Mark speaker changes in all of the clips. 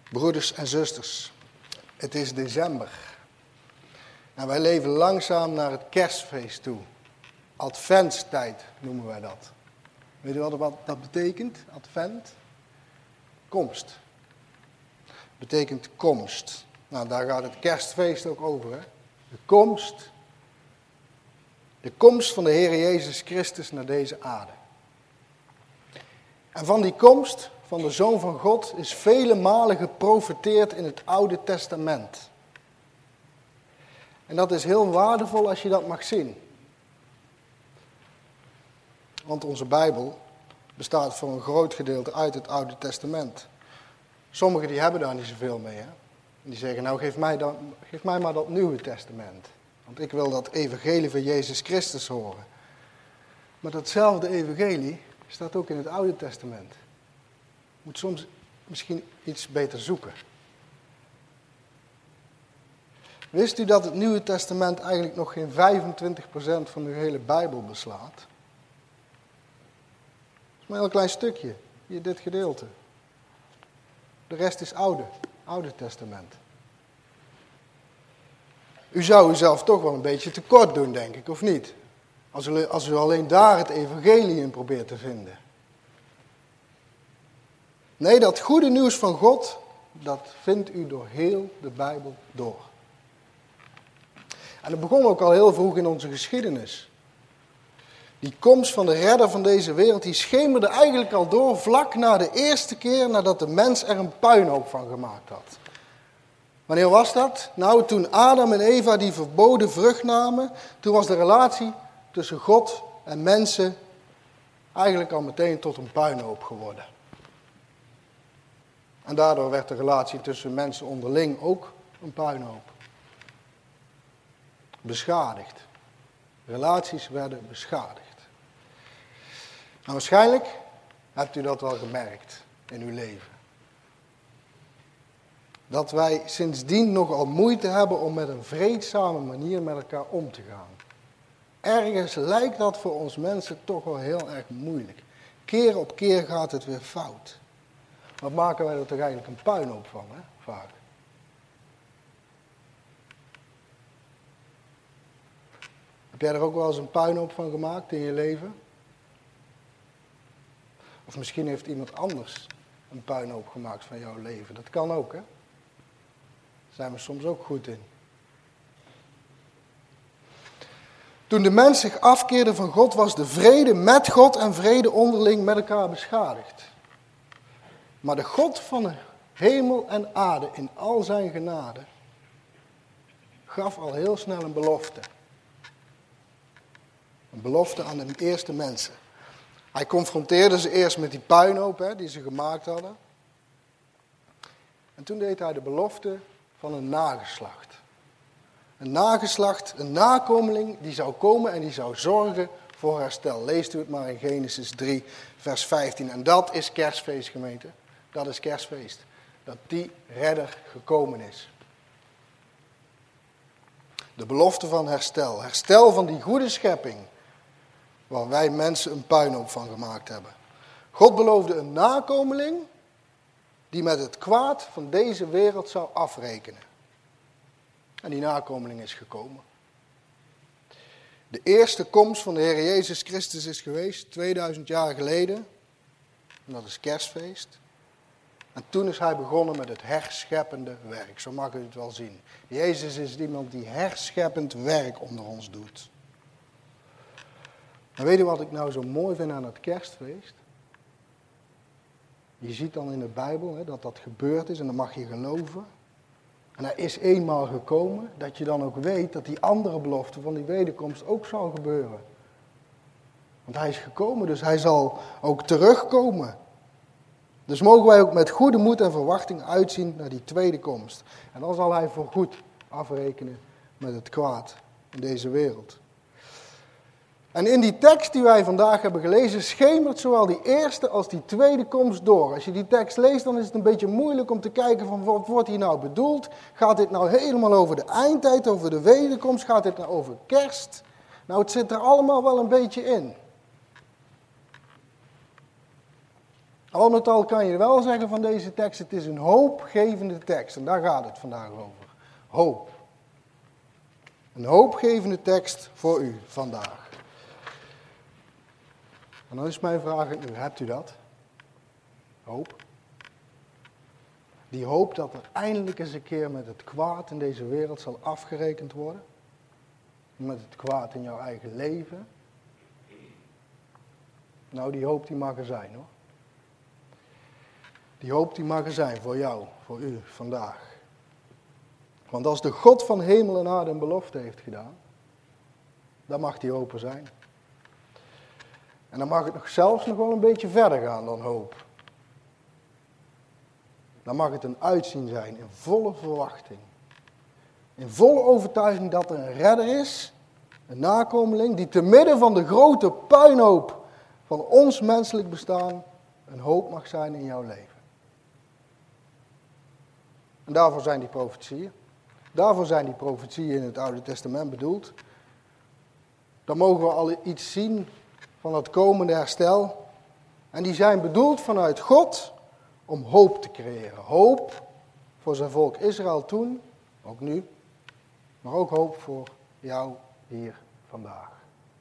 Speaker 1: Broeders en zusters, het is december. En wij leven langzaam naar het kerstfeest toe. Adventstijd noemen wij dat. Weet je wat dat betekent? Advent? Komst. Betekent komst. Nou, daar gaat het kerstfeest ook over. Hè? De komst van de Heer Jezus Christus naar deze aarde. En van die komst van de Zoon van God is vele malen geprofeteerd in het Oude Testament. En dat is heel waardevol als je dat mag zien. Want onze Bijbel bestaat voor een groot gedeelte uit het Oude Testament. Sommigen die hebben daar niet zoveel mee. Hè? Die zeggen, nou geef mij maar dat Nieuwe Testament. Want ik wil dat evangelie van Jezus Christus horen. Maar datzelfde evangelie staat ook in het Oude Testament. Je moet soms misschien iets beter zoeken. Wist u dat het Nieuwe Testament eigenlijk nog geen 25% van de hele Bijbel beslaat? Dat is maar een heel klein stukje, hier dit gedeelte. De rest is Oude Testament. U zou uzelf toch wel een beetje tekort doen, denk ik, of niet? Als u alleen daar het evangelie in probeert te vinden. Nee, dat goede nieuws van God, dat vindt u door heel de Bijbel door. En dat begon ook al heel vroeg in onze geschiedenis. Die komst van de redder van deze wereld, die schemerde eigenlijk al door vlak na de eerste keer nadat de mens er een puinhoop van gemaakt had. Wanneer was dat? Nou, toen Adam en Eva die verboden vrucht namen, toen was de relatie tussen God en mensen eigenlijk al meteen tot een puinhoop geworden. En daardoor werd de relatie tussen mensen onderling ook een puinhoop. Beschadigd. Relaties werden beschadigd. Nou, waarschijnlijk hebt u dat wel gemerkt in uw leven. Dat wij sindsdien nogal moeite hebben om met een vreedzame manier met elkaar om te gaan. Ergens lijkt dat voor ons mensen toch wel heel erg moeilijk. Keer op keer gaat het weer fout. Wat maken wij er toch eigenlijk een puinhoop van, hè? Vaak. Heb jij er ook wel eens een puinhoop van gemaakt in je leven? Of misschien heeft iemand anders een puinhoop gemaakt van jouw leven. Dat kan ook, hè? Daar zijn we soms ook goed in. Toen de mens zich afkeerde van God, was de vrede met God en vrede onderling met elkaar beschadigd. Maar de God van hemel en aarde in al zijn genade gaf al heel snel een belofte. Een belofte aan de eerste mensen. Hij confronteerde ze eerst met die puinhoop die ze gemaakt hadden. En toen deed hij de belofte van een nageslacht. Een nageslacht, een nakomeling die zou komen en die zou zorgen voor herstel. Leest u het maar in Genesis 3, vers 15. En dat is kerstfeest, gemeente. Dat is kerstfeest. Dat die redder gekomen is. De belofte van herstel. Herstel van die goede schepping. Waar wij mensen een puinhoop van gemaakt hebben. God beloofde een nakomeling die met het kwaad van deze wereld zou afrekenen. En die nakomeling is gekomen. De eerste komst van de Heer Jezus Christus is geweest 2000 jaar geleden. En dat is kerstfeest. En toen is hij begonnen met het herscheppende werk. Zo mag u het wel zien. Jezus is iemand die herscheppend werk onder ons doet. En weet u wat ik nou zo mooi vind aan het kerstfeest? Je ziet dan in de Bijbel dat dat gebeurd is en dan mag je geloven. En hij is eenmaal gekomen, dat je dan ook weet dat die andere belofte van die wederkomst ook zal gebeuren. Want hij is gekomen, dus hij zal ook terugkomen. Dus mogen wij ook met goede moed en verwachting uitzien naar die tweede komst. En dan zal hij voorgoed afrekenen met het kwaad in deze wereld. En in die tekst die wij vandaag hebben gelezen, schemert zowel die eerste als die tweede komst door. Als je die tekst leest, dan is het een beetje moeilijk om te kijken van wat wordt hier nou bedoeld. Gaat dit nou helemaal over de eindtijd, over de wederkomst? Gaat dit nou over kerst? Nou, het zit er allemaal wel een beetje in. Al met al kan je wel zeggen van deze tekst, het is een hoopgevende tekst. En daar gaat het vandaag over. Hoop. Een hoopgevende tekst voor u vandaag. En dan is mijn vraag aan u, hebt u dat? Hoop? Die hoop dat er eindelijk eens een keer met het kwaad in deze wereld zal afgerekend worden? Met het kwaad in jouw eigen leven? Nou, die hoop die mag er zijn hoor. Die hoop die mag er zijn voor jou, voor u vandaag. Want als de God van hemel en aarde een belofte heeft gedaan, dan mag die hoop er zijn. En dan mag het zelfs nog wel een beetje verder gaan dan hoop. Dan mag het een uitzien zijn in volle verwachting. In volle overtuiging dat er een redder is, een nakomeling, die te midden van de grote puinhoop van ons menselijk bestaan een hoop mag zijn in jouw leven. En daarvoor zijn die profetieën. Daarvoor zijn die profetieën in het Oude Testament bedoeld. Dan mogen we al iets zien van het komende herstel. En die zijn bedoeld vanuit God om hoop te creëren. Hoop voor zijn volk Israël toen, ook nu. Maar ook hoop voor jou hier vandaag.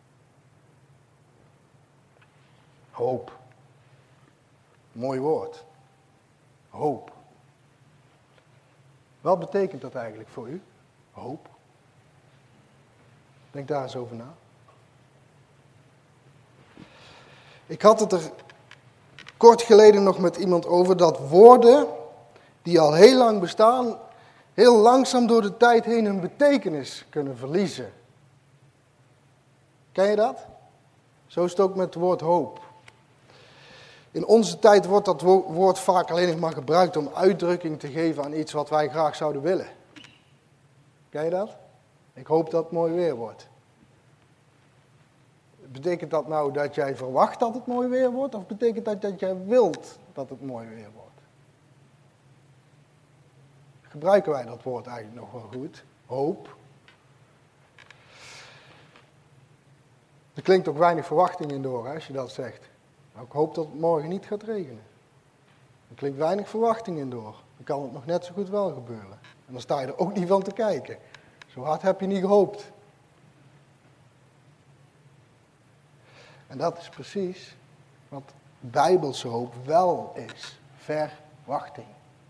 Speaker 1: Hoop. Mooi woord. Hoop. Wat betekent dat eigenlijk voor u? Hoop. Denk daar eens over na. Ik had het er kort geleden nog met iemand over dat woorden die al heel lang bestaan, heel langzaam door de tijd heen hun betekenis kunnen verliezen. Ken je dat? Zo is het ook met het woord hoop. In onze tijd wordt dat woord vaak alleen nog maar gebruikt om uitdrukking te geven aan iets wat wij graag zouden willen. Ken je dat? Ik hoop dat het mooi weer wordt. Betekent dat nou dat jij verwacht dat het mooi weer wordt? Of betekent dat jij wilt dat het mooi weer wordt? Gebruiken wij dat woord eigenlijk nog wel goed? Hoop. Er klinkt ook weinig verwachting in door als je dat zegt. Nou, ik hoop dat het morgen niet gaat regenen. Er klinkt weinig verwachting in door. Dan kan het nog net zo goed wel gebeuren. En dan sta je er ook niet van te kijken. Zo hard heb je niet gehoopt. En dat is precies wat bijbelse hoop wel is. Verwachting.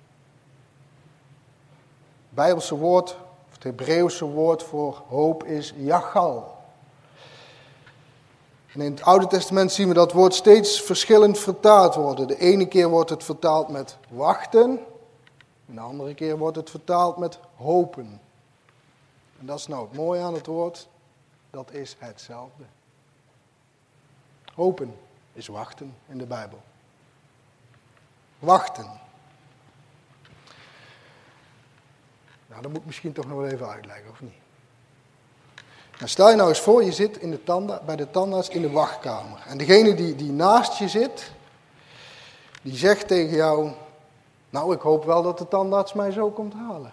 Speaker 1: Het bijbelse woord, of het Hebreeuwse woord voor hoop is jachal. En in het Oude Testament zien we dat woord steeds verschillend vertaald worden. De ene keer wordt het vertaald met wachten. En de andere keer wordt het vertaald met hopen. En dat is nou het mooie aan het woord. Dat is hetzelfde. Hopen is wachten in de Bijbel. Wachten. Nou, dat moet ik misschien toch nog wel even uitleggen, of niet? Nou, stel je nou eens voor, je zit in bij de tandarts in de wachtkamer. En degene die naast je zit, die zegt tegen jou, nou, ik hoop wel dat de tandarts mij zo komt halen.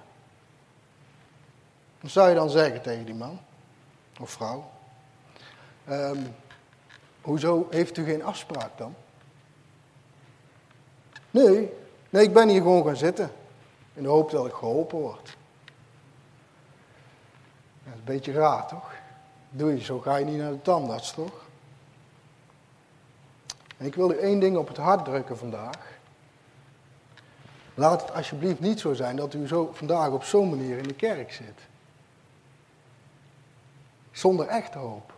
Speaker 1: Wat zou je dan zeggen tegen die man of vrouw? Hoezo heeft u geen afspraak dan? Nee, ik ben hier gewoon gaan zitten. In de hoop dat ik geholpen word. Dat is een beetje raar, toch? Zo ga je niet naar de tandarts, toch? En ik wil u één ding op het hart drukken vandaag. Laat het alsjeblieft niet zo zijn dat u vandaag op zo'n manier in de kerk zit. Zonder echte hoop.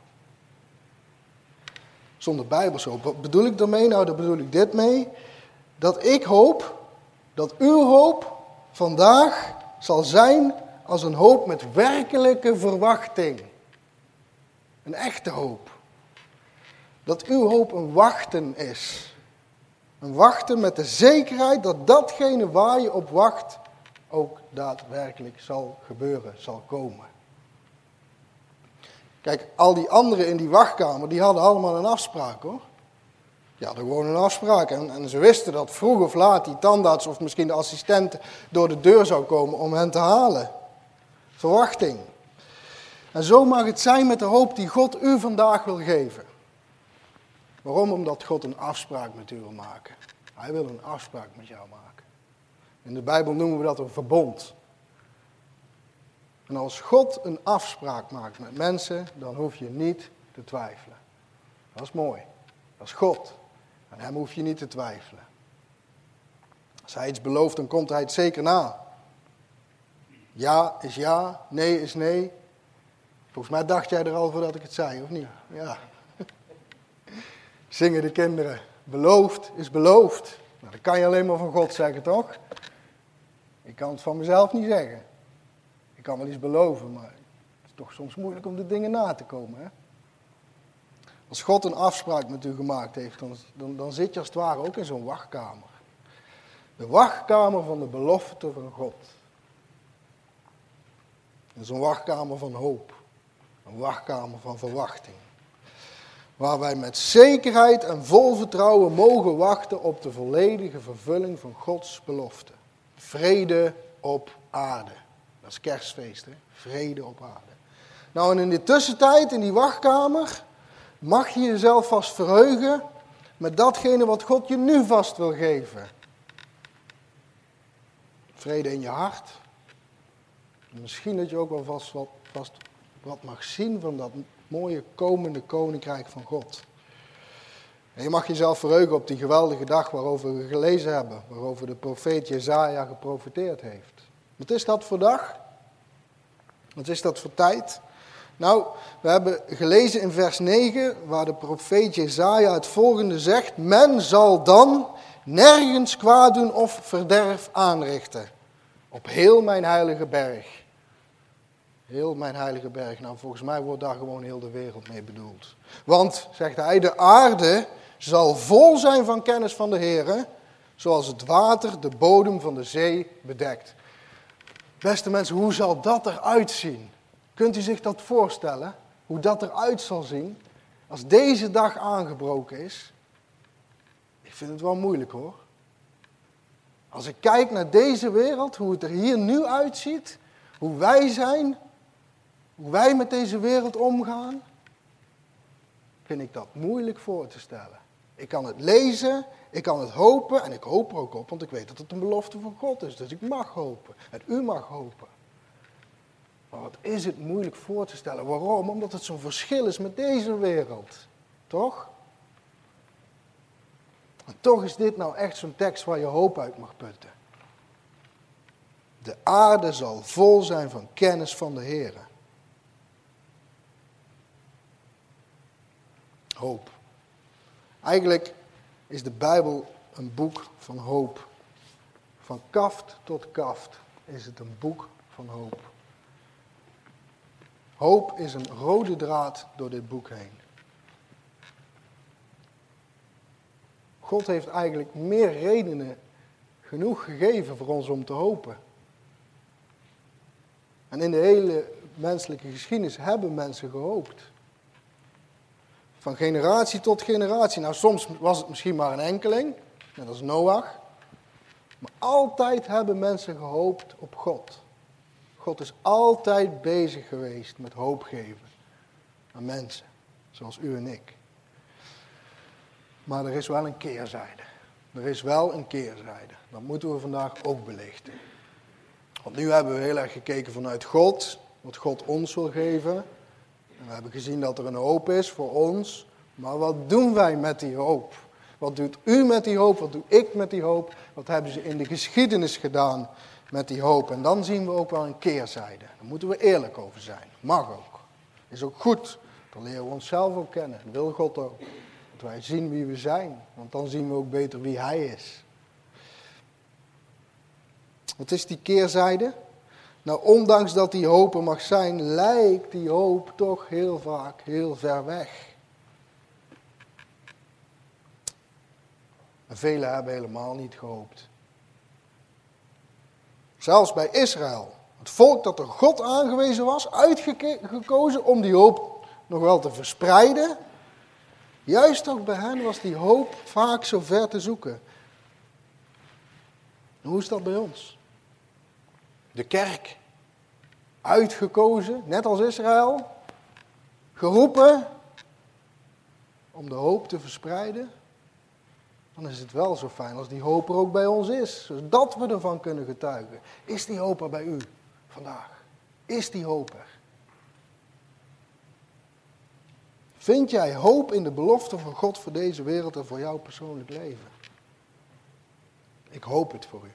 Speaker 1: Zonder bijbelse hoop. Wat bedoel ik daarmee? Nou, daar bedoel ik dit mee. Dat ik hoop, dat uw hoop vandaag zal zijn als een hoop met werkelijke verwachting. Een echte hoop. Dat uw hoop een wachten is. Een wachten met de zekerheid dat datgene waar je op wacht ook daadwerkelijk zal gebeuren, zal komen. Kijk, al die anderen in die wachtkamer, die hadden allemaal een afspraak, hoor. Die hadden gewoon een afspraak. En ze wisten dat vroeg of laat die tandarts of misschien de assistent door de deur zou komen om hen te halen. Verwachting. En zo mag het zijn met de hoop die God u vandaag wil geven. Waarom? Omdat God een afspraak met u wil maken. Hij wil een afspraak met jou maken. In de Bijbel noemen we dat een verbond. En als God een afspraak maakt met mensen, dan hoef je niet te twijfelen. Dat is mooi. Dat is God. Aan hem hoef je niet te twijfelen. Als hij iets belooft, dan komt hij het zeker na. Ja is ja, nee is nee. Volgens mij dacht jij er al voordat ik het zei, of niet? Ja. Zingen de kinderen. Beloofd is beloofd. Nou, dat kan je alleen maar van God zeggen, toch? Ik kan het van mezelf niet zeggen. Ik kan wel iets beloven, maar het is toch soms moeilijk om de dingen na te komen. Hè? Als God een afspraak met u gemaakt heeft, dan zit je als het ware ook in zo'n wachtkamer. De wachtkamer van de belofte van God. Dat is een wachtkamer van hoop. Een wachtkamer van verwachting. Waar wij met zekerheid en vol vertrouwen mogen wachten op de volledige vervulling van Gods belofte. Vrede op aarde. Dat is kerstfeest, hè? Vrede op aarde. Nou, en in de tussentijd, in die wachtkamer, mag je jezelf vast verheugen met datgene wat God je nu vast wil geven. Vrede in je hart. Misschien dat je ook wel vast wat mag zien van dat mooie komende koninkrijk van God. En je mag jezelf verheugen op die geweldige dag waarover we gelezen hebben. Waarover de profeet Jesaja geprofeteerd heeft. Wat is dat voor dag? Wat is dat voor tijd? Nou, we hebben gelezen in vers 9 waar de profeet Jesaja het volgende zegt. Men zal dan nergens kwaad doen of verderf aanrichten. Op heel mijn heilige berg. Heel mijn heilige berg. Nou, volgens mij wordt daar gewoon heel de wereld mee bedoeld. Want, zegt hij, de aarde zal vol zijn van kennis van de Heere, zoals het water de bodem van de zee bedekt. Beste mensen, hoe zal dat eruit zien? Kunt u zich dat voorstellen? Hoe dat eruit zal zien als deze dag aangebroken is? Ik vind het wel moeilijk hoor. Als ik kijk naar deze wereld, hoe het er hier nu uitziet, hoe wij zijn, hoe wij met deze wereld omgaan, vind ik dat moeilijk voor te stellen. Ik kan het lezen, ik kan het hopen en ik hoop er ook op, want ik weet dat het een belofte van God is. Dus ik mag hopen en u mag hopen. Maar wat is het moeilijk voor te stellen? Waarom? Omdat het zo'n verschil is met deze wereld. Toch? En toch is dit nou echt zo'n tekst waar je hoop uit mag putten. De aarde zal vol zijn van kennis van de Heere. Hoop. Eigenlijk is de Bijbel een boek van hoop. Van kaft tot kaft is het een boek van hoop. Hoop is een rode draad door dit boek heen. God heeft eigenlijk meer redenen genoeg gegeven voor ons om te hopen. En in de hele menselijke geschiedenis hebben mensen gehoopt. Van generatie tot generatie. Nou, soms was het misschien maar een enkeling, net als Noach. Maar altijd hebben mensen gehoopt op God. God is altijd bezig geweest met hoop geven aan mensen, zoals u en ik. Maar er is wel een keerzijde. Er is wel een keerzijde. Dat moeten we vandaag ook belichten. Want nu hebben we heel erg gekeken vanuit God, wat God ons wil geven. En we hebben gezien dat er een hoop is voor ons. Maar wat doen wij met die hoop? Wat doet u met die hoop? Wat doe ik met die hoop? Wat hebben ze in de geschiedenis gedaan met die hoop? En dan zien we ook wel een keerzijde. Daar moeten we eerlijk over zijn. Mag ook. Is ook goed. Dan leren we onszelf ook kennen. Dat wil God ook. Dat wij zien wie we zijn. Want dan zien we ook beter wie Hij is. Wat is die keerzijde? Nou, ondanks dat die hoop er mag zijn, lijkt die hoop toch heel vaak heel ver weg. En velen hebben helemaal niet gehoopt. Zelfs bij Israël, het volk dat door God aangewezen was, uitgekozen om die hoop nog wel te verspreiden. Juist ook bij hen was die hoop vaak zo ver te zoeken. En hoe is dat bij ons? De kerk, uitgekozen, net als Israël, geroepen om de hoop te verspreiden. dan is het wel zo fijn als die hoop er ook bij ons is. Zodat we ervan kunnen getuigen. Is die hoop er bij u vandaag? Is die hoop er? Vind jij hoop in de belofte van God voor deze wereld en voor jouw persoonlijk leven? Ik hoop het voor u.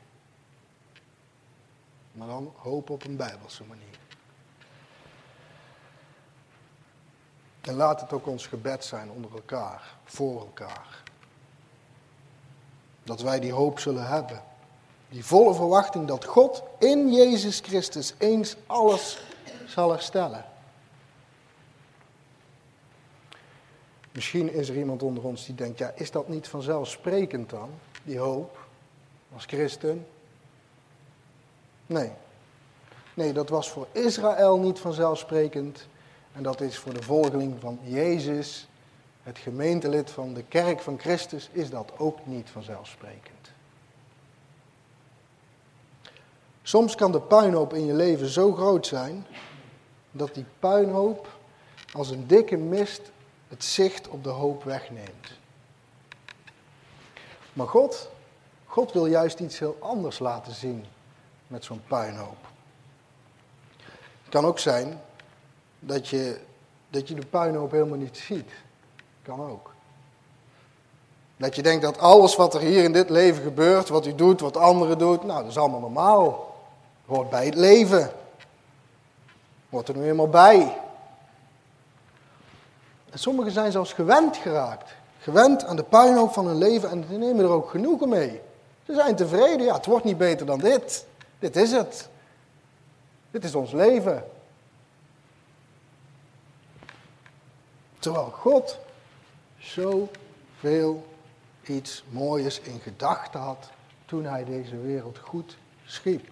Speaker 1: Maar dan hoop op een bijbelse manier. En laat het ook ons gebed zijn onder elkaar, voor elkaar. Dat wij die hoop zullen hebben. Die volle verwachting dat God in Jezus Christus eens alles zal herstellen. Misschien is er iemand onder ons die denkt, ja, is dat niet vanzelfsprekend dan, die hoop, als christen? Nee. Nee, dat was voor Israël niet vanzelfsprekend. En dat is voor de volgeling van Jezus, het gemeentelid van de kerk van Christus, is dat ook niet vanzelfsprekend. Soms kan de puinhoop in je leven zo groot zijn, dat die puinhoop als een dikke mist het zicht op de hoop wegneemt. Maar God wil juist iets heel anders laten zien met zo'n puinhoop. Het kan ook zijn dat je de puinhoop helemaal niet ziet. Kan ook. Dat je denkt dat alles wat er hier in dit leven gebeurt, wat u doet, wat anderen doen, nou, dat is allemaal normaal. Hoort bij het leven. Hoort er nu helemaal bij. En sommigen zijn zelfs gewend geraakt. Gewend aan de puinhoop van hun leven en die nemen er ook genoegen mee. Ze zijn tevreden, ja, het wordt niet beter dan dit. Dit is het. Dit is ons leven. Terwijl God zoveel iets moois in gedachten had toen hij deze wereld goed schiep.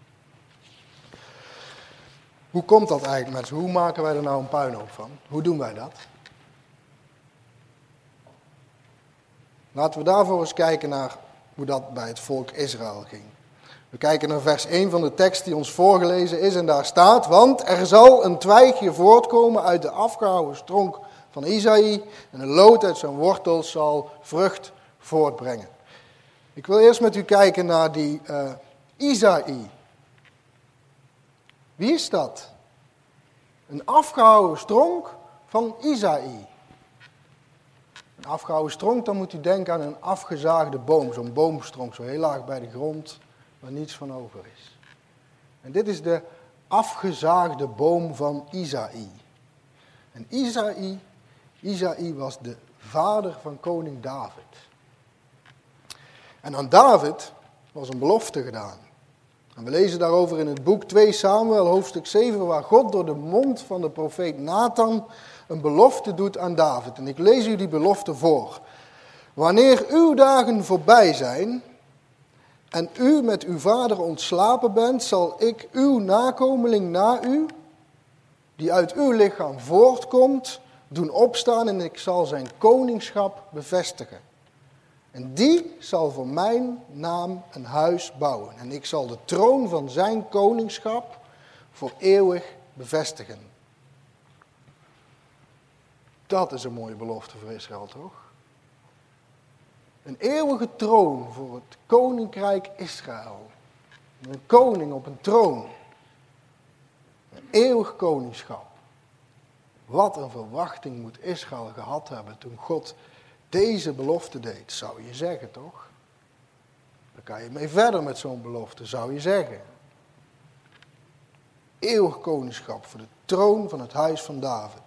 Speaker 1: Hoe komt dat eigenlijk, mensen? Hoe maken wij er nou een puinhoop van? Hoe doen wij dat? Laten we daarvoor eens kijken naar hoe dat bij het volk Israël ging. We kijken naar vers 1 van de tekst die ons voorgelezen is en daar staat: want er zal een twijgje voortkomen uit de afgehouwen stronk van Isaïe en een loot uit zijn wortels zal vrucht voortbrengen. Ik wil eerst met u kijken naar die Isaïe. Wie is dat? Een afgehouwen stronk van Isaïe. Een afgehouwen stronk, dan moet u denken aan een afgezaagde boom. Zo'n boomstronk, zo heel laag bij de grond, waar niets van over is. En dit is de afgezaagde boom van Isaïe. En Isaïe was de vader van koning David. En aan David was een belofte gedaan. En we lezen daarover in het boek 2 Samuel, hoofdstuk 7, waar God door de mond van de profeet Nathan een belofte doet aan David. En ik lees u die belofte voor. Wanneer uw dagen voorbij zijn en u met uw vader ontslapen bent, zal ik uw nakomeling na u, die uit uw lichaam voortkomt, doen opstaan en ik zal zijn koningschap bevestigen. En die zal voor mijn naam een huis bouwen. En ik zal de troon van zijn koningschap voor eeuwig bevestigen. Dat is een mooie belofte voor Israël, toch? Een eeuwige troon voor het koninkrijk Israël. Een koning op een troon. Een eeuwig koningschap. Wat een verwachting moet Israël gehad hebben toen God deze belofte deed, zou je zeggen, toch? Dan kan je mee verder met zo'n belofte, zou je zeggen. Eeuwig koningschap voor de troon van het huis van David.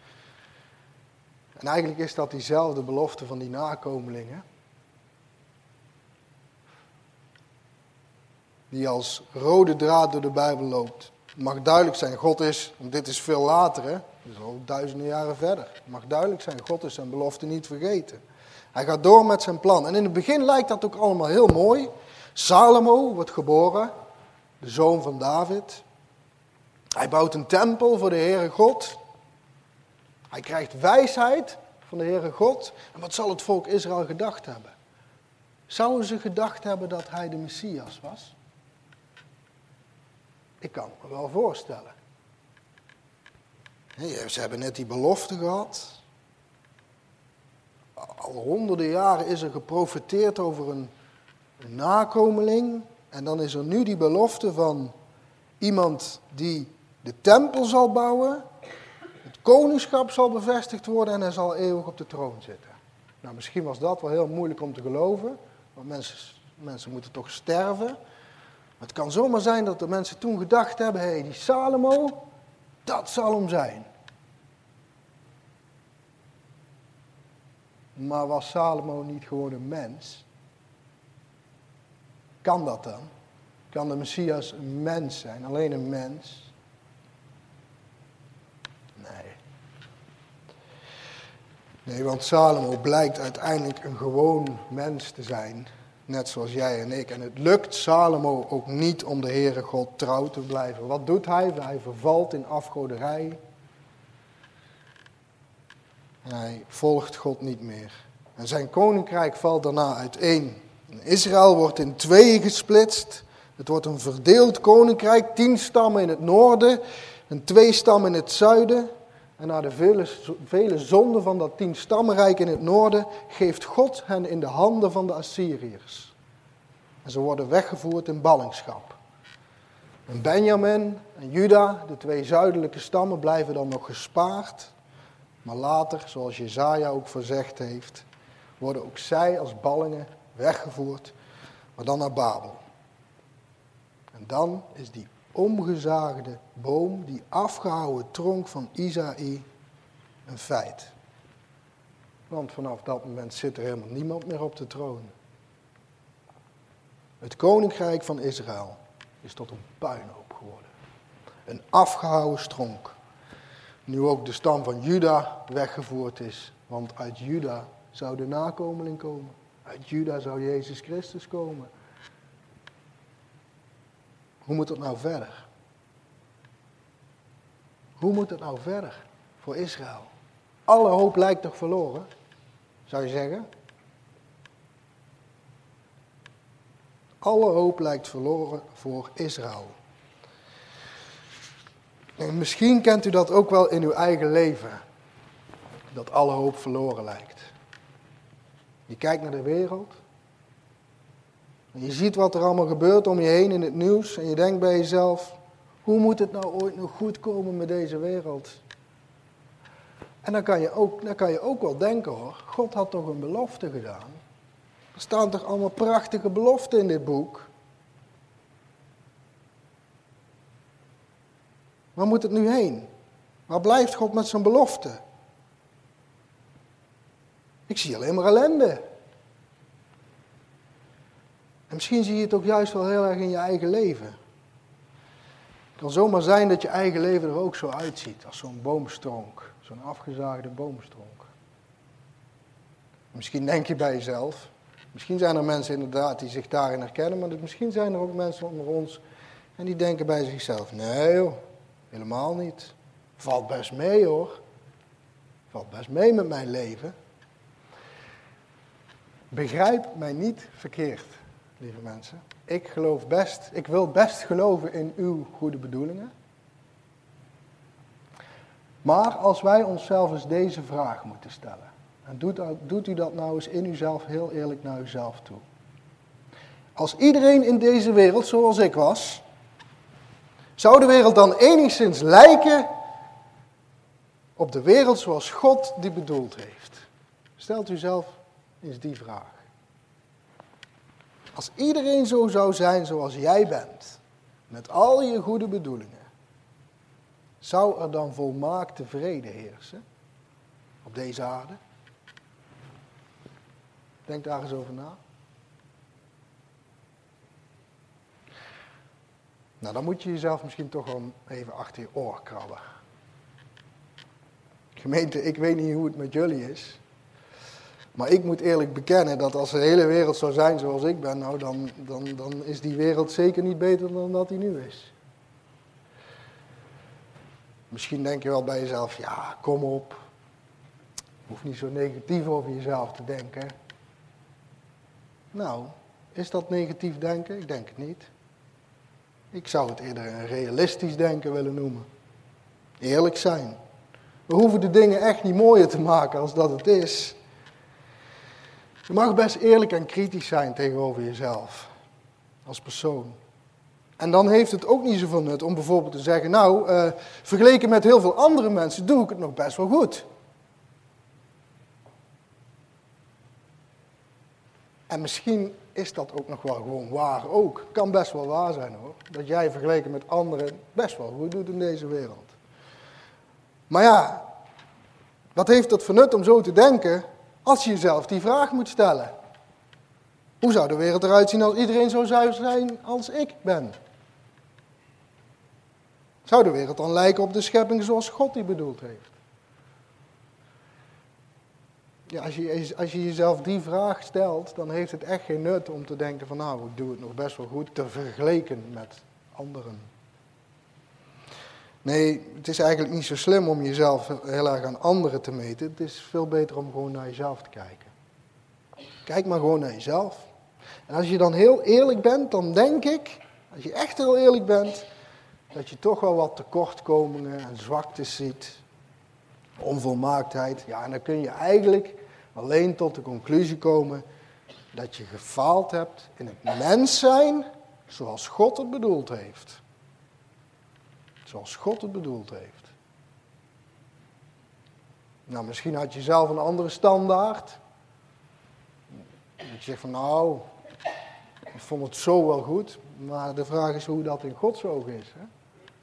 Speaker 1: En eigenlijk is dat diezelfde belofte van die nakomelingen. Die als rode draad door de Bijbel loopt. Het mag duidelijk zijn, God is, want dit is veel later, hè? Dat is al duizenden jaren verder. Het mag duidelijk zijn, God is zijn belofte niet vergeten. Hij gaat door met zijn plan. En in het begin lijkt dat ook allemaal heel mooi. Salomo wordt geboren, de zoon van David. Hij bouwt een tempel voor de Heere God. Hij krijgt wijsheid van de Heere God. En wat zal het volk Israël gedacht hebben? Zouden ze gedacht hebben dat hij de Messias was? Ik kan het me wel voorstellen. Ze hebben net die belofte gehad. Al honderden jaren is er geprofeteerd over een nakomeling. En dan is er nu die belofte van iemand die de tempel zal bouwen. Het koningschap zal bevestigd worden en hij zal eeuwig op de troon zitten. Nou, misschien was dat wel heel moeilijk om te geloven. Want mensen moeten toch sterven. Het kan zomaar zijn dat de mensen toen gedacht hebben, hé, die Salomo, dat zal hem zijn. Maar was Salomo niet gewoon een mens? Kan dat dan? Kan de Messias een mens zijn? Alleen een mens? Nee, want Salomo blijkt uiteindelijk een gewoon mens te zijn. Net zoals jij en ik. En het lukt Salomo ook niet om de Heere God trouw te blijven. Wat doet hij? Hij vervalt in afgoderij. Hij volgt God niet meer. En zijn koninkrijk valt daarna uiteen. Israël wordt in tweeën gesplitst. Het wordt een verdeeld koninkrijk. 10 stammen in het noorden en 2 stammen in het zuiden. En na de vele zonden van dat 10-stammenrijk in het noorden geeft God hen in de handen van de Assyriërs. En ze worden weggevoerd in ballingschap. En Benjamin en Juda, de 2 zuidelijke stammen, blijven dan nog gespaard. Maar later, zoals Jesaja ook voorzegd heeft, worden ook zij als ballingen weggevoerd, maar dan naar Babel. En dan is die omgezaagde boom, die afgehouwen tronk van Isaïe, een feit. Want vanaf dat moment zit er helemaal niemand meer op de troon. Het koninkrijk van Israël is tot een puinhoop geworden. Een afgehouwen stronk. Nu ook de stam van Juda weggevoerd is. Want uit Juda zou de nakomeling komen. Uit Juda zou Jezus Christus komen. Hoe moet het nou verder? Hoe moet het nou verder voor Israël? Alle hoop lijkt toch verloren, zou je zeggen? Alle hoop lijkt verloren voor Israël. En misschien kent u dat ook wel in uw eigen leven. Dat alle hoop verloren lijkt. Je kijkt naar de wereld. En je ziet wat er allemaal gebeurt om je heen in het nieuws. En je denkt bij jezelf, hoe moet het nou ooit nog goed komen met deze wereld? En dan kan je ook wel denken hoor, God had toch een belofte gedaan. Er staan toch allemaal prachtige beloften in dit boek. Waar moet het nu heen? Waar blijft God met zijn belofte? Ik zie alleen maar ellende. En misschien zie je het ook juist wel heel erg in je eigen leven. Het kan zomaar zijn dat je eigen leven er ook zo uitziet, als zo'n boomstronk. Zo'n afgezaagde boomstronk. Misschien denk je bij jezelf, misschien zijn er mensen inderdaad die zich daarin herkennen, maar misschien zijn er ook mensen onder ons en die denken bij zichzelf, nee joh, helemaal niet. Valt best mee hoor. Valt best mee met mijn leven. Begrijp mij niet verkeerd, lieve mensen. Ik wil best geloven in uw goede bedoelingen. Maar als wij onszelf eens deze vraag moeten stellen. En doet u dat nou eens in uzelf heel eerlijk naar uzelf toe. Als iedereen in deze wereld zoals ik was, zou de wereld dan enigszins lijken op de wereld zoals God die bedoeld heeft? Stelt u zelf eens die vraag. Als iedereen zo zou zijn zoals jij bent, met al je goede bedoelingen, zou er dan volmaakte vrede heersen op deze aarde? Denk daar eens over na. Nou, dan moet je jezelf misschien toch wel even achter je oor krabben. Gemeente, ik weet niet hoe het met jullie is. Maar ik moet eerlijk bekennen dat als de hele wereld zou zijn zoals ik ben, nou dan is die wereld zeker niet beter dan dat die nu is. Misschien denk je wel bij jezelf, ja, kom op. Hoef niet zo negatief over jezelf te denken. Nou, is dat negatief denken? Ik denk het niet. Ik zou het eerder een realistisch denken willen noemen. Eerlijk zijn. We hoeven de dingen echt niet mooier te maken als dat het is. Je mag best eerlijk en kritisch zijn tegenover jezelf, als persoon. En dan heeft het ook niet zoveel nut om bijvoorbeeld te zeggen, nou, vergeleken met heel veel andere mensen doe ik het nog best wel goed. En misschien is dat ook nog wel gewoon waar ook. Kan best wel waar zijn hoor. Dat jij vergeleken met anderen best wel goed doet in deze wereld. Maar ja, wat heeft dat voor nut om zo te denken als je jezelf die vraag moet stellen? Hoe zou de wereld eruit zien als iedereen zo zou zijn als ik ben? Zou de wereld dan lijken op de schepping zoals God die bedoeld heeft? Ja, als je jezelf die vraag stelt, dan heeft het echt geen nut om te denken van nou, ik doe het nog best wel goed te vergelijken met anderen. Nee, het is eigenlijk niet zo slim om jezelf heel erg aan anderen te meten. Het is veel beter om gewoon naar jezelf te kijken. Kijk maar gewoon naar jezelf. En als je dan heel eerlijk bent, dan denk ik, als je echt heel eerlijk bent, dat je toch wel wat tekortkomingen en zwaktes ziet. Onvolmaaktheid. Ja, en dan kun je eigenlijk alleen tot de conclusie komen dat je gefaald hebt in het mens zijn zoals God het bedoeld heeft. Zoals God het bedoeld heeft. Nou, misschien had je zelf een andere standaard. Dat je zegt van nou, ik vond het zo wel goed. Maar de vraag is hoe dat in Gods ogen is. Hè?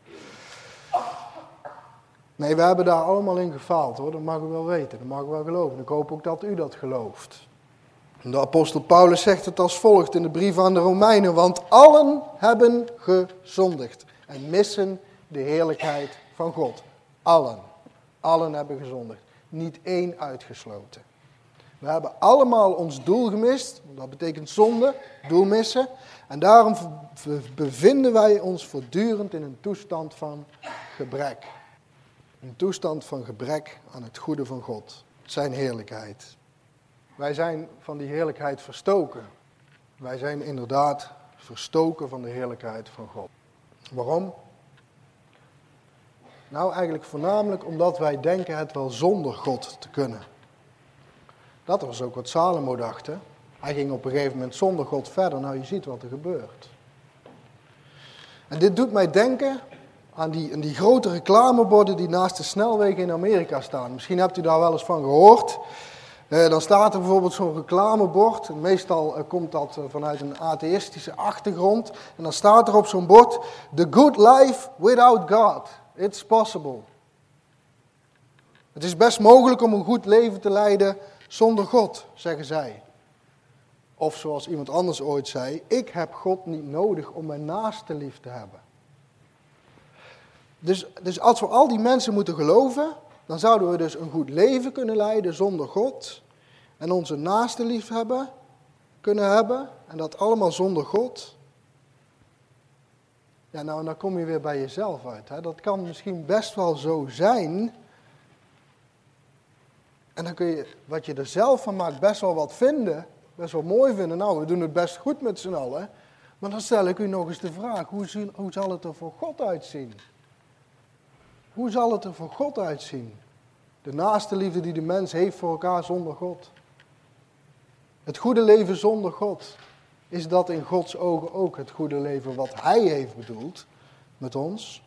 Speaker 1: Nee, we hebben daar allemaal in gefaald hoor. Dat mag u wel weten, dat mag u wel geloven. Ik hoop ook dat u dat gelooft. De apostel Paulus zegt het als volgt in de brief aan de Romeinen. Want allen hebben gezondigd en missen de heerlijkheid van God. Allen. Allen hebben gezondigd. Niet één uitgesloten. We hebben allemaal ons doel gemist. Dat betekent zonde, doel missen. En daarom bevinden wij ons voortdurend in een toestand van gebrek. Een toestand van gebrek aan het goede van God. Zijn heerlijkheid. Wij zijn van die heerlijkheid verstoken. Wij zijn inderdaad verstoken van de heerlijkheid van God. Waarom? Nou, eigenlijk voornamelijk omdat wij denken het wel zonder God te kunnen. Dat was ook wat Salomo dacht. Hè? Hij ging op een gegeven moment zonder God verder. Nou, je ziet wat er gebeurt. En dit doet mij denken aan die grote reclameborden die naast de snelwegen in Amerika staan. Misschien hebt u daar wel eens van gehoord. Dan staat er bijvoorbeeld zo'n reclamebord. Meestal komt dat vanuit een atheïstische achtergrond. En dan staat er op zo'n bord: The good life without God. It's possible. Het is best mogelijk om een goed leven te leiden zonder God, zeggen zij. Of zoals iemand anders ooit zei: ik heb God niet nodig om mijn naaste lief te hebben. Dus als we al die mensen moeten geloven, dan zouden we dus een goed leven kunnen leiden zonder God. En onze naaste lief kunnen hebben. En dat allemaal zonder God. Ja, nou, en dan kom je weer bij jezelf uit. Hè. Dat kan misschien best wel zo zijn. En dan kun je, wat je er zelf van maakt, best wel wat vinden. Best wel mooi vinden. Nou, we doen het best goed met z'n allen. Maar dan stel ik u nog eens de vraag, hoe zal het er voor God uitzien? Hoe zal het er voor God uitzien? De naaste liefde die de mens heeft voor elkaar zonder God. Het goede leven zonder God. Is dat in Gods ogen ook het goede leven wat Hij heeft bedoeld met ons?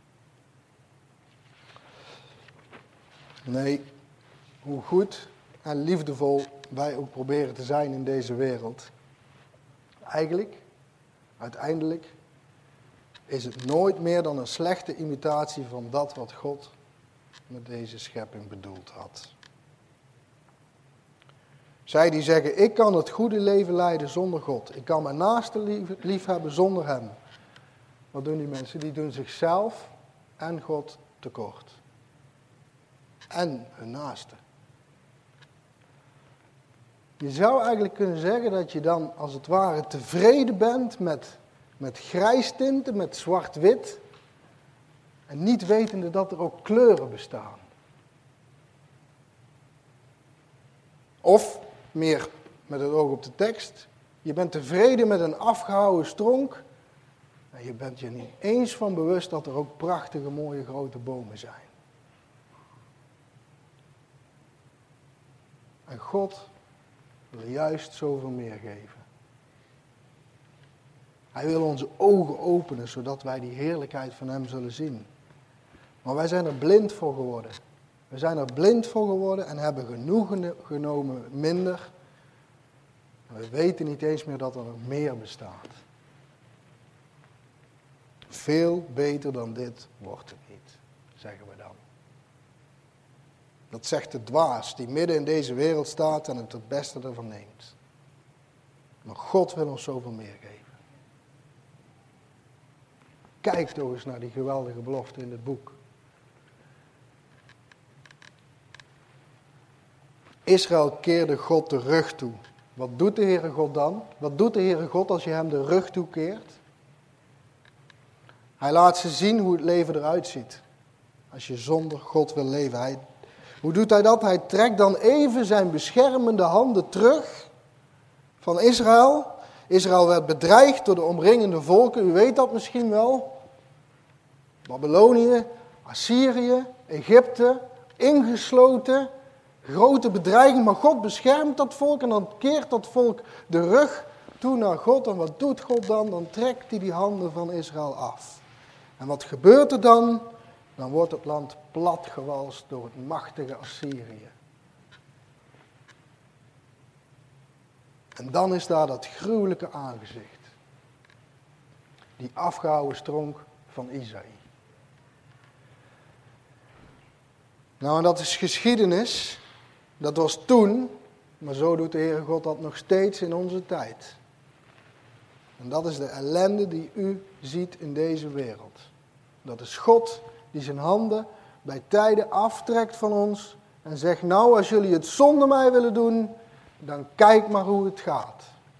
Speaker 1: Nee, hoe goed en liefdevol wij ook proberen te zijn in deze wereld. Eigenlijk, uiteindelijk, is het nooit meer dan een slechte imitatie van dat wat God met deze schepping bedoeld had. Zij die zeggen, ik kan het goede leven leiden zonder God. Ik kan mijn naaste lief hebben zonder hem. Wat doen die mensen? Die doen zichzelf en God tekort. En hun naaste. Je zou eigenlijk kunnen zeggen dat je dan als het ware tevreden bent met grijstinten, met zwart-wit. En niet wetende dat er ook kleuren bestaan. Of, meer met het oog op de tekst, je bent tevreden met een afgehouwen stronk. En je bent je niet eens van bewust dat er ook prachtige, mooie, grote bomen zijn. En God wil juist zoveel meer geven. Hij wil onze ogen openen, zodat wij die heerlijkheid van hem zullen zien. Maar wij zijn er blind voor geworden. We zijn er blind voor geworden en hebben genoegen genomen minder. We weten niet eens meer dat er nog meer bestaat. Veel beter dan dit wordt het niet, zeggen we dan. Dat zegt de dwaas die midden in deze wereld staat en het beste ervan neemt. Maar God wil ons zoveel meer geven. Kijk toch eens naar die geweldige belofte in het boek. Israël keerde God de rug toe. Wat doet de Heere God dan? Wat doet de Heere God als je hem de rug toekeert? Hij laat ze zien hoe het leven eruit ziet. Als je zonder God wil leven. Hoe doet hij dat? Hij trekt dan even zijn beschermende handen terug van Israël. Israël werd bedreigd door de omringende volken. U weet dat misschien wel. Babylonië, Assyrië, Egypte, ingesloten. Grote bedreiging, maar God beschermt dat volk en dan keert dat volk de rug toe naar God. En wat doet God dan? Dan trekt hij die handen van Israël af. En wat gebeurt er dan? Dan wordt het land platgewalst door het machtige Assyrië. En dan is daar dat gruwelijke aangezicht. Die afgehouwen stronk van Isaïe. Nou, en dat is geschiedenis. Dat was toen, maar zo doet de Heere God dat nog steeds in onze tijd. En dat is de ellende die u ziet in deze wereld. Dat is God die zijn handen bij tijden aftrekt van ons en zegt, nou als jullie het zonder mij willen doen, dan kijk maar hoe het gaat.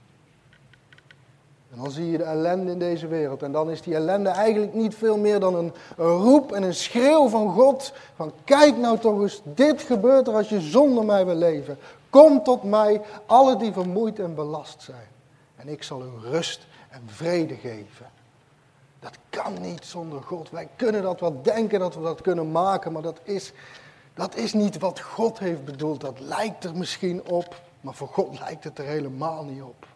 Speaker 1: En dan zie je de ellende in deze wereld. En dan is die ellende eigenlijk niet veel meer dan een roep en een schreeuw van God. Van kijk nou toch eens, dit gebeurt er als je zonder mij wil leven. Kom tot mij, alle die vermoeid en belast zijn. En ik zal u rust en vrede geven. Dat kan niet zonder God. Wij kunnen dat wel denken dat we dat kunnen maken, maar dat is niet wat God heeft bedoeld. Dat lijkt er misschien op, maar voor God lijkt het er helemaal niet op.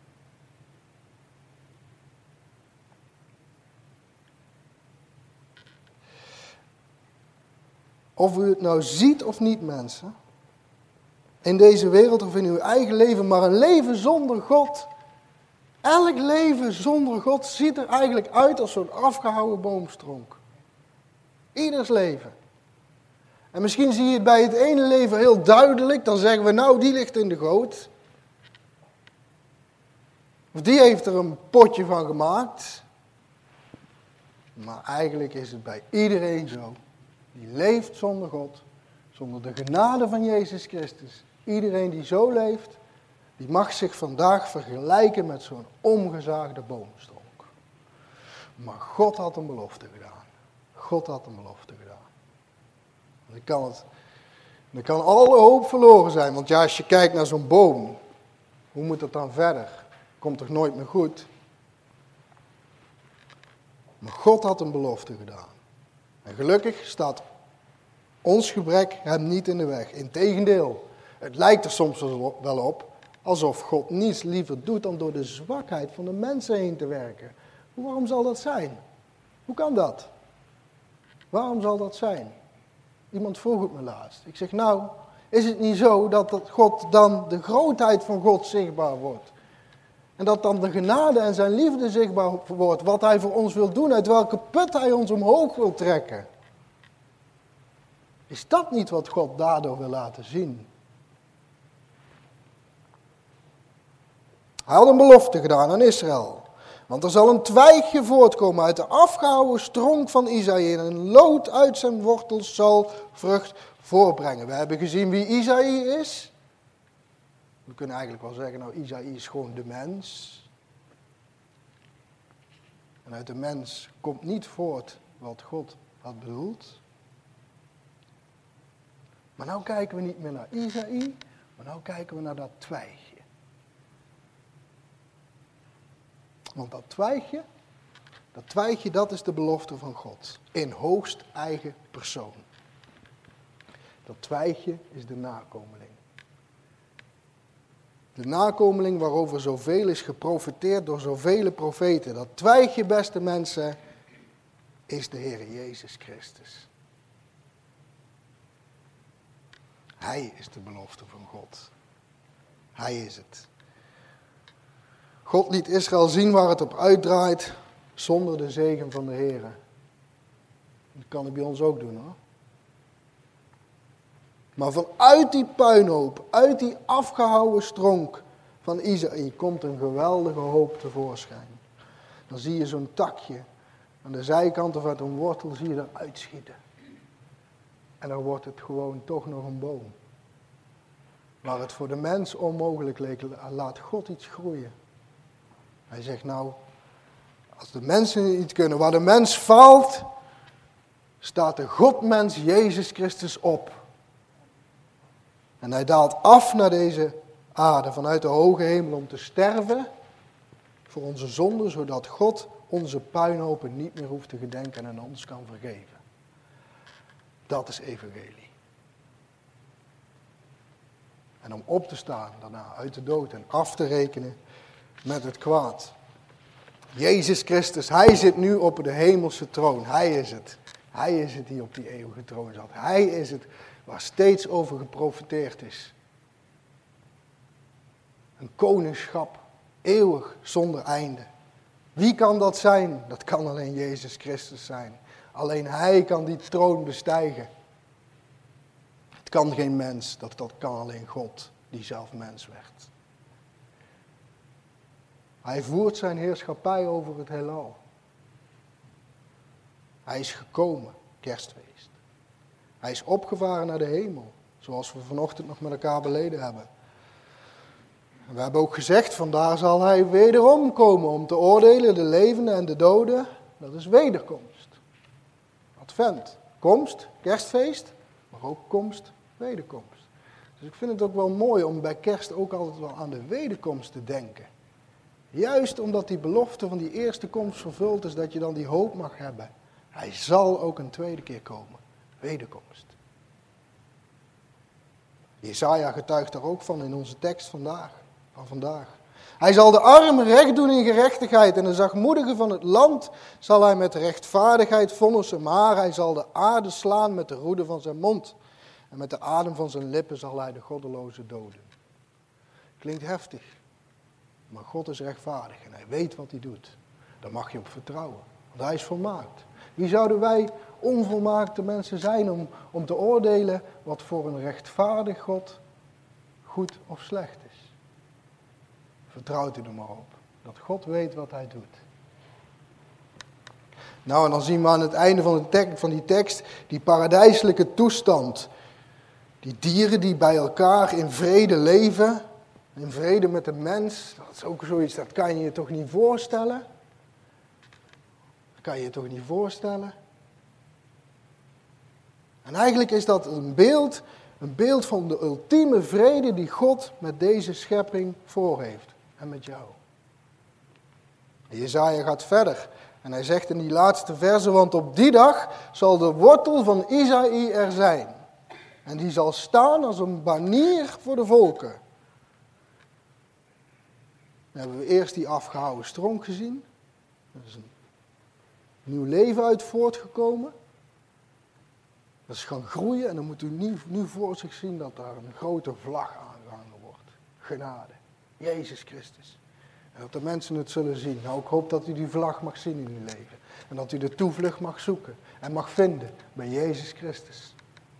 Speaker 1: Of u het nou ziet of niet, mensen, in deze wereld of in uw eigen leven, maar een leven zonder God, elk leven zonder God ziet er eigenlijk uit als zo'n afgehouwen boomstronk. Ieders leven. En misschien zie je het bij het ene leven heel duidelijk, dan zeggen we nou, die ligt in de goot. Of die heeft er een potje van gemaakt. Maar eigenlijk is het bij iedereen zo. Die leeft zonder God, zonder de genade van Jezus Christus. Iedereen die zo leeft, die mag zich vandaag vergelijken met zo'n omgezaagde boomstronk. Maar God had een belofte gedaan. God had een belofte gedaan. Dan kan alle hoop verloren zijn. Want ja, als je kijkt naar zo'n boom, hoe moet het dan verder? Komt toch nooit meer goed? Maar God had een belofte gedaan. En gelukkig staat ons gebrek hem niet in de weg. Integendeel, het lijkt er soms wel op alsof God niets liever doet dan door de zwakheid van de mensen heen te werken. Waarom zal dat zijn? Hoe kan dat? Waarom zal dat zijn? Iemand vroeg het me laatst. Ik zeg nou, is het niet zo dat God dan de grootheid van God zichtbaar wordt? En dat dan de genade en zijn liefde zichtbaar wordt. Wat hij voor ons wil doen, uit welke put hij ons omhoog wil trekken. Is dat niet wat God daardoor wil laten zien? Hij had een belofte gedaan aan Israël. Want er zal een twijgje voortkomen uit de afgehouwen stronk van Isaïe. En een loot uit zijn wortels zal vrucht voorbrengen. We hebben gezien wie Isaïe is. We kunnen eigenlijk wel zeggen, nou Isaïe is gewoon de mens. En uit de mens komt niet voort wat God had bedoeld. Maar nou kijken we niet meer naar Isaïe, maar nou kijken we naar dat twijgje. Want dat twijgje dat is de belofte van God. In hoogst eigen persoon. Dat twijgje is de nakomeling. De nakomeling waarover zoveel is geprofeteerd door zoveel profeten. Dat twijgje, beste mensen, is de Heer Jezus Christus. Hij is de belofte van God. Hij is het. God liet Israël zien waar het op uitdraait zonder de zegen van de Heer. Dat kan hij bij ons ook doen, hoor. Maar vanuit die puinhoop, uit die afgehouwen stronk van Isaïe komt een geweldige hoop tevoorschijn. Dan zie je zo'n takje aan de zijkant of uit een wortel zie je eruit schieten. En dan wordt het gewoon toch nog een boom. Waar het voor de mens onmogelijk leek, laat God iets groeien. Hij zegt nou, als de mensen niet kunnen, waar de mens faalt, staat de Godmens Jezus Christus op. En hij daalt af naar deze aarde vanuit de hoge hemel om te sterven voor onze zonden, zodat God onze puinhopen niet meer hoeft te gedenken en ons kan vergeven. Dat is evangelie. En om op te staan daarna uit de dood en af te rekenen met het kwaad. Jezus Christus, hij zit nu op de hemelse troon. Hij is het. Hij is het die op die eeuwige troon zat. Hij is het waar steeds over geprofeteerd is. Een koningschap, eeuwig zonder einde. Wie kan dat zijn? Dat kan alleen Jezus Christus zijn. Alleen hij kan die troon bestijgen. Het kan geen mens, dat kan alleen God, die zelf mens werd. Hij voert zijn heerschappij over het heelal. Hij is gekomen, kerstfeest. Hij is opgevaren naar de hemel, zoals we vanochtend nog met elkaar beleden hebben. En we hebben ook gezegd, vandaar zal hij wederom komen om te oordelen de levenden en de doden. Dat is wederkomst. Advent, komst, kerstfeest, maar ook komst, wederkomst. Dus ik vind het ook wel mooi om bij kerst ook altijd wel aan de wederkomst te denken. Juist omdat die belofte van die eerste komst vervuld is, dat je dan die hoop mag hebben. Hij zal ook een tweede keer komen. Wederkomst. Jesaja getuigt daar ook van in onze tekst van vandaag. Hij zal de armen recht doen in gerechtigheid en de zachtmoedigen van het land zal hij met rechtvaardigheid vonnissen. Maar hij zal de aarde slaan met de roede van zijn mond. En met de adem van zijn lippen zal hij de goddeloze doden. Klinkt heftig. Maar God is rechtvaardig en hij weet wat hij doet. Daar mag je op vertrouwen, want hij is volmaakt. Wie zouden wij onvolmaakte mensen zijn om te oordelen wat voor een rechtvaardig God goed of slecht is? Vertrouwt u er maar op, dat God weet wat hij doet. Nou, en dan zien we aan het einde van die tekst die paradijselijke toestand. Die dieren die bij elkaar in vrede leven, in vrede met de mens, dat is ook zoiets, dat kan je je toch niet voorstellen? Dat kan je je toch niet voorstellen? En eigenlijk is dat een beeld van de ultieme vrede die God met deze schepping voor heeft. En met jou. Jesaja gaat verder. En hij zegt in die laatste verse, want op die dag zal de wortel van Isaïe er zijn. En die zal staan als een banier voor de volken. Dan hebben we eerst die afgehouwen stronk gezien. Er is een nieuw leven uit voortgekomen. Dat is gaan groeien en dan moet u nu voor zich zien dat daar een grote vlag aangehangen wordt. Genade. Jezus Christus. En dat de mensen het zullen zien. Nou, ik hoop dat u die vlag mag zien in uw leven. En dat u de toevlucht mag zoeken en mag vinden bij Jezus Christus.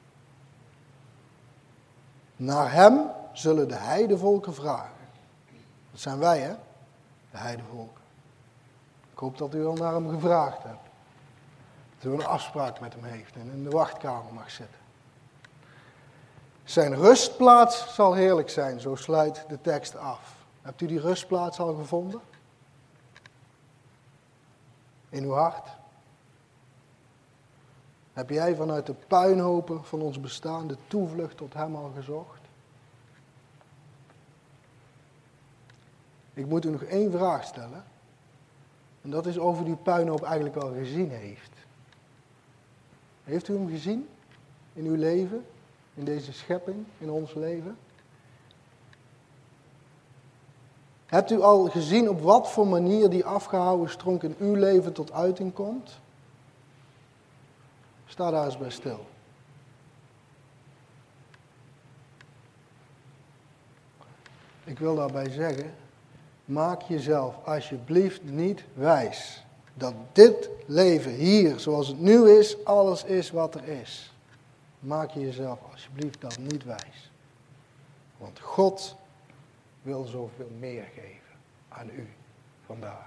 Speaker 1: Naar hem zullen de heidevolken vragen. Dat zijn wij, hè? De heidevolken. Ik hoop dat u al naar hem gevraagd hebt. Dat u een afspraak met hem heeft en in de wachtkamer mag zitten. Zijn rustplaats zal heerlijk zijn, zo sluit de tekst af. Hebt u die rustplaats al gevonden? In uw hart? Heb jij vanuit de puinhopen van ons bestaan de toevlucht tot hem al gezocht? Ik moet u nog één vraag stellen. En dat is of u die puinhoop eigenlijk wel gezien heeft. Heeft u hem gezien? In uw leven? In deze schepping? In ons leven? Hebt u al gezien op wat voor manier die afgehouwen stronk in uw leven tot uiting komt? Sta daar eens bij stil. Ik wil daarbij zeggen, maak jezelf alsjeblieft niet wijs dat dit leven hier, zoals het nu is, alles is wat er is. Maak jezelf alsjeblieft dat niet wijs. Want God wil zoveel meer geven aan u vandaag.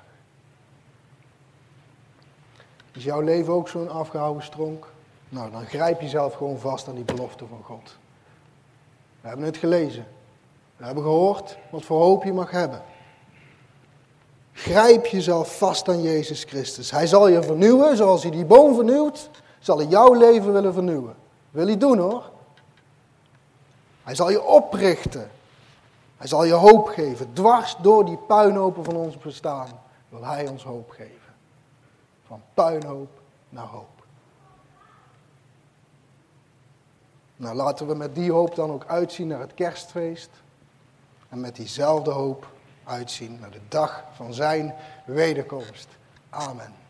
Speaker 1: Is jouw leven ook zo'n afgehouden stronk? Nou, dan grijp jezelf gewoon vast aan die belofte van God. We hebben het gelezen. We hebben gehoord wat voor hoop je mag hebben. Grijp jezelf vast aan Jezus Christus. Hij zal je vernieuwen, zoals hij die boom vernieuwt, zal hij jouw leven willen vernieuwen. Wil hij doen hoor. Hij zal je oprichten. Hij zal je hoop geven. Dwars door die puinhopen van ons bestaan wil hij ons hoop geven. Van puinhoop naar hoop. Nou, laten we met die hoop dan ook uitzien naar het kerstfeest. En met diezelfde hoop uitzien naar de dag van zijn wederkomst. Amen.